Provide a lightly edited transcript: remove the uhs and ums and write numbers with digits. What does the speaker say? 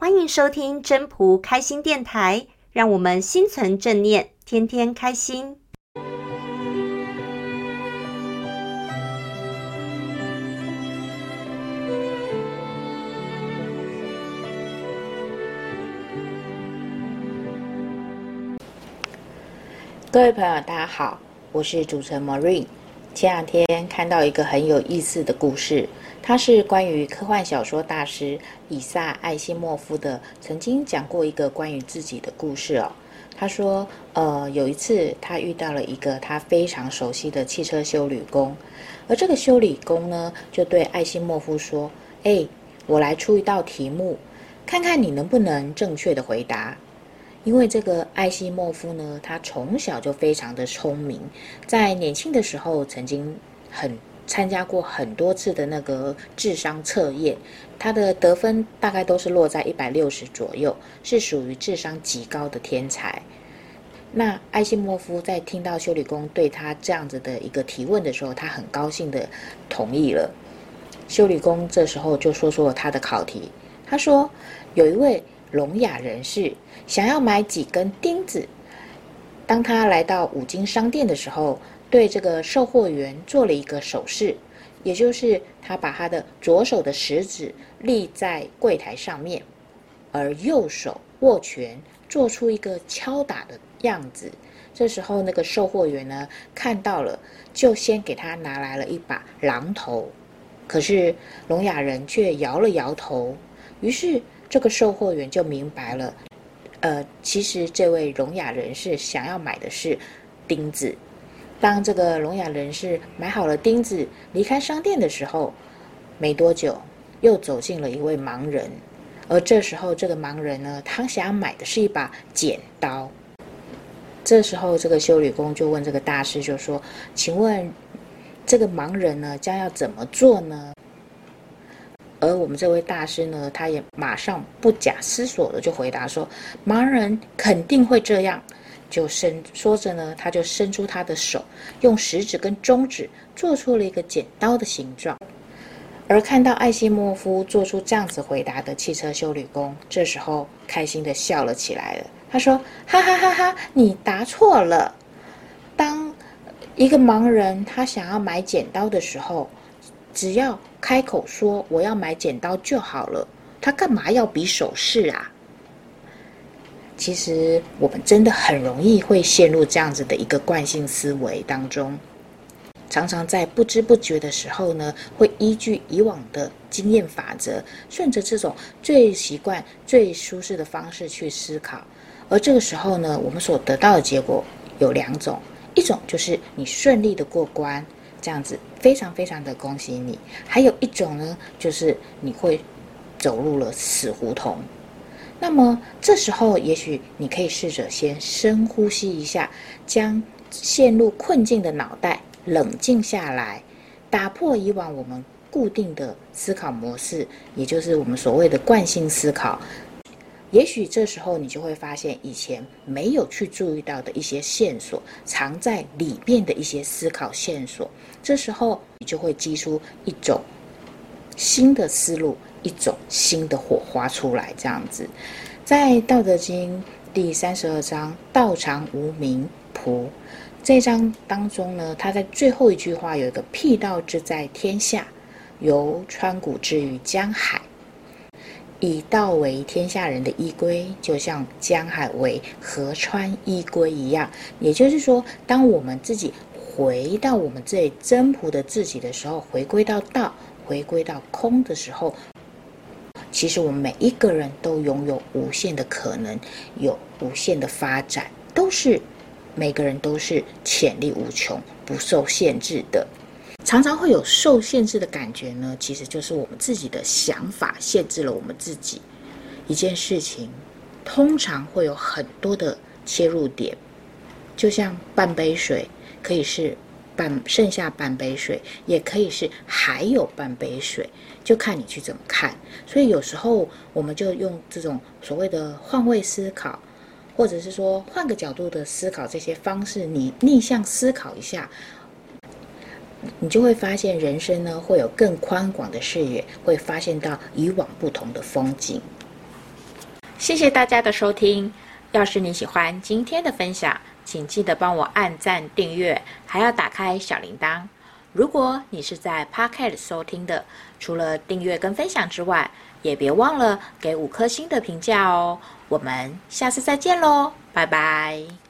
欢迎收听真仆开心电台，让我们心存正念，天天开心。 各位朋友大家好，我是主持人 Marine。 前两天看到一个很有意思的故事，它是关于科幻小说大师以撒·艾西莫夫的，曾经讲过一个关于自己的故事哦。他说有一次他遇到了一个他非常熟悉的汽车修理工，而这个修理工呢就对艾西莫夫说，我来出一道题目，看看你能不能正确的回答。因为这个艾西莫夫呢，他从小就非常的聪明，在年轻的时候曾经参加过很多次的那个智商测验，他的得分大概都是落在160左右，是属于智商极高的天才。那艾西莫夫在听到修理工对他这样子的一个提问的时候，他很高兴的同意了。修理工这时候就说了他的考题，他说有一位聋哑人士想要买几根钉子，当他来到五金商店的时候，对这个售货员做了一个手势，也就是他把他的左手的食指立在柜台上面，而右手握拳做出一个敲打的样子。这时候那个售货员呢看到了，就先给他拿来了一把榔头，可是聋哑人却摇了摇头，于是这个售货员就明白了，其实这位聋哑人士想要买的是钉子。当这个聋哑人士买好了钉子离开商店的时候，没多久又走进了一位盲人，而这时候这个盲人呢，他想要买的是一把剪刀。这时候这个修理工就问这个大师，就说，请问这个盲人呢将要怎么做呢？而我们这位大师呢，他也马上不假思索的就回答说，盲人肯定会这样。说着呢，他就伸出他的手，用食指跟中指做出了一个剪刀的形状。而看到艾西莫夫做出这样子回答的汽车修理工，这时候开心的笑了起来了。他说，哈哈哈哈，你答错了。当一个盲人他想要买剪刀的时候，只要开口说我要买剪刀就好了，他干嘛要比手势啊？其实我们真的很容易会陷入这样子的一个惯性思维当中，常常在不知不觉的时候呢，会依据以往的经验法则，顺着这种最习惯最舒适的方式去思考。而这个时候呢，我们所得到的结果有两种，一种就是你顺利的过关，这样子非常非常的恭喜你。还有一种呢，就是你会走入了死胡同。那么这时候也许你可以试着先深呼吸一下，将陷入困境的脑袋冷静下来，打破以往我们固定的思考模式，也就是我们所谓的惯性思考。也许这时候你就会发现以前没有去注意到的一些线索，藏在里面的一些思考线索，这时候你就会激出一种新的思路，一种新的火花出来。这样子，在《道德经》第32章道常无名仆这一章当中呢，他在最后一句话有一个辟道之在天下，由川谷之于江海，以道为天下人的依归，就像江海为河川依归一样。也就是说，当我们自己回到我们最真仆的自己的时候，回归到道，回归到空的时候，其实我们每一个人都拥有无限的可能，有无限的发展，每个人都是潜力无穷，不受限制的。常常会有受限制的感觉呢，其实就是我们自己的想法限制了我们自己。一件事情通常会有很多的切入点，就像半杯水可以是剩下半杯水，也可以是还有半杯水，就看你去怎么看。所以有时候我们就用这种所谓的换位思考，或者是说换个角度的思考，这些方式你逆向思考一下，你就会发现人生呢会有更宽广的视野，会发现到以往不同的风景。 谢谢大家的收听。要是你喜欢今天的分享，请记得帮我按赞、订阅，还要打开小铃铛。如果你是在 Podcast 收听的，除了订阅跟分享之外，也别忘了给5颗星的评价哦。我们下次再见喽，拜拜。